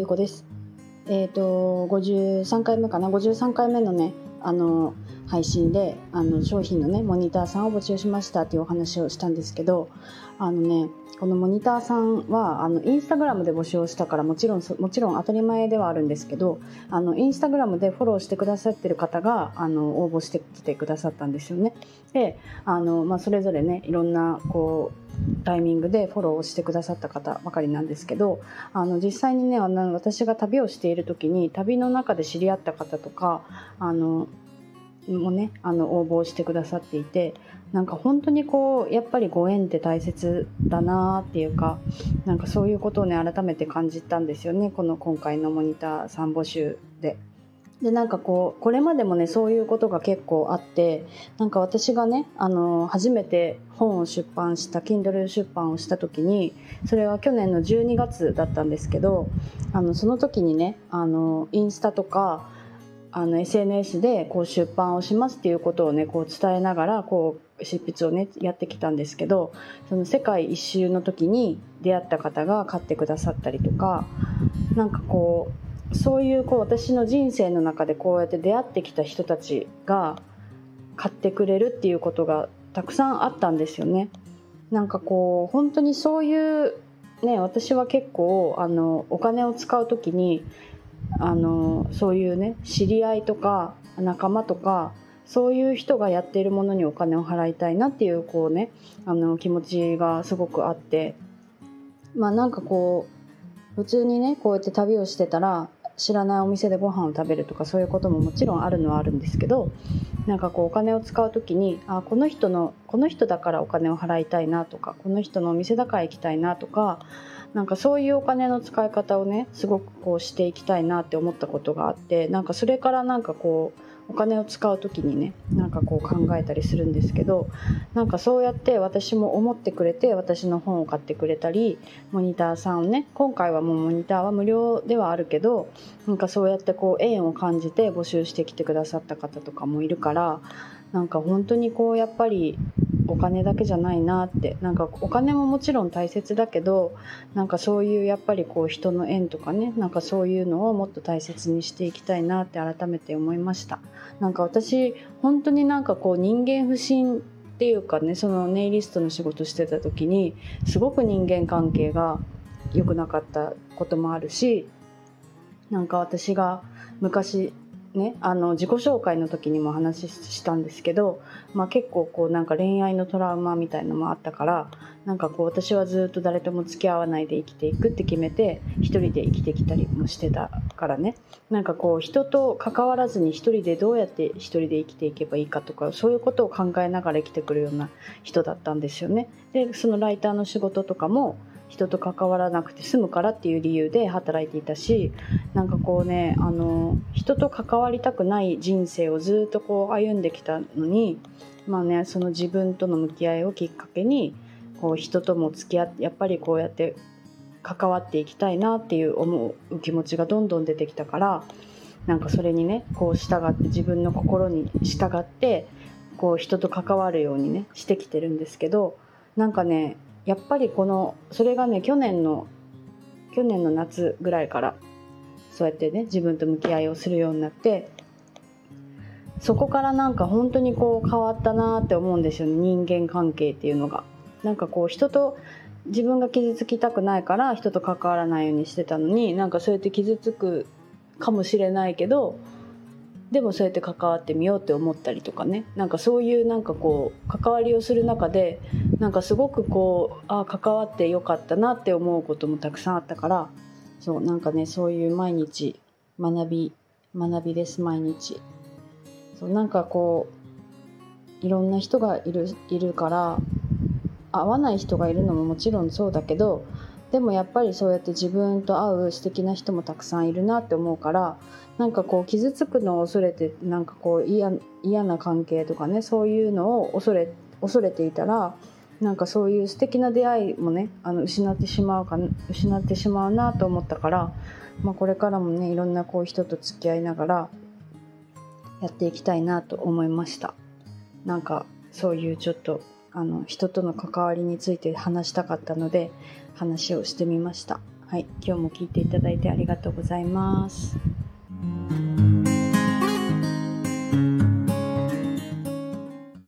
ゆうこです。53回目かな、53回目のね、配信で商品のねモニターさんを募集しましたっていうお話をしたんですけど、このモニターさんはインスタグラムで募集をしたから、もちろん当たり前ではあるんですけど、インスタグラムでフォローしてくださってる方が応募してきてくださったんですよね。でそれぞれね、いろんなタイミングでフォローをしてくださった方ばかりなんですけど、実際にね私が旅をしている時に旅の中で知り合った方とかもね応募してくださっていて、なんか本当にやっぱりご縁って大切だなっていうか、なんかそういうことをね改めて感じたんですよね、今回のモニター3募集で。なんかこれまでもねそういうことが結構あって、なんか私がね初めて本を出版した Kindle 出版をした時に、それは去年の12月だったんですけど、その時にねインスタとかSNS で出版をしますっていうことをね伝えながら執筆をねやってきたんですけど、その世界一周の時に出会った方が買ってくださったりとか、なんかそういう私の人生の中でこうやって出会ってきた人たちが買ってくれるっていうことがたくさんあったんですよね。なんか本当にそういうね、私は結構お金を使う時にそういうね知り合いとか仲間とかそういう人がやっているものにお金を払いたいなっていう気持ちがすごくあって、なんか普通にねこうやって旅をしてたら知らないお店でご飯を食べるとか、そういうことももちろんあるのはあるんですけど、なんかお金を使う時にこの人だからお金を払いたいなとか、この人のお店だから行きたいなとか、なんかそういうお金の使い方をねすごくしていきたいなって思ったことがあって、なんかそれからなんかお金を使う時にねなんか考えたりするんですけど、なんかそうやって私も思ってくれて私の本を買ってくれたり、モニターさんをね、今回はもうモニターは無料ではあるけど、なんかそうやって縁を感じて募集してきてくださった方とかもいるから、なんか本当にやっぱりお金だけじゃないなって、なんかお金ももちろん大切だけど、なんかそういうやっぱり人の縁とかね、なんかそういうのをもっと大切にしていきたいなって改めて思いました。なんか私本当になんか人間不信っていうかね、そのネイリストの仕事してた時にすごく人間関係が良くなかったこともあるし、なんか私が昔ね自己紹介の時にも話したんですけど、結構なんか恋愛のトラウマみたいのもあったから、なんか私はずっと誰とも付き合わないで生きていくって決めて一人で生きてきたりもしてたからね、なんか人と関わらずに一人でどうやって一人で生きていけばいいかとか、そういうことを考えながら生きてくるような人だったんですよね。でそのライターの仕事とかも人と関わらなくて済むからっていう理由で働いていたし、なんかね人と関わりたくない人生をずっと歩んできたのに、その自分との向き合いをきっかけに人とも付き合って、やっぱりこうやって関わっていきたいなっていう思う気持ちがどんどん出てきたから、なんかそれにね従って自分の心に従って人と関わるようにねしてきてるんですけど、なんかねやっぱりそれがね去年の夏ぐらいからそうやってね自分と向き合いをするようになって、そこからなんか本当に変わったなって思うんですよね、人間関係っていうのが。なんか人と自分が傷つきたくないから人と関わらないようにしてたのに、なんかそうやって傷つくかもしれないけど、でもそうやって関わってみようって思ったりとかね、なんかそういうなんか関わりをする中でなんかすごく関わってよかったなって思うこともたくさんあったから、そうなんかねそういう毎日学びです毎日。そうなんかいろんな人がいるから合わない人がいるのももちろんそうだけど、でもやっぱりそうやって自分と合う素敵な人もたくさんいるなって思うから、なんか傷つくのを恐れてなんか嫌な関係とかね、そういうのを恐れていたら、なんかそういう素敵な出会いもね失ってしまうなと思ったから、これからもねいろんな人と付き合いながらやっていきたいなと思いました。なんかそういうちょっと人との関わりについて話したかったので話をしてみました。 はい、今日も聞いていただいてありがとうございます。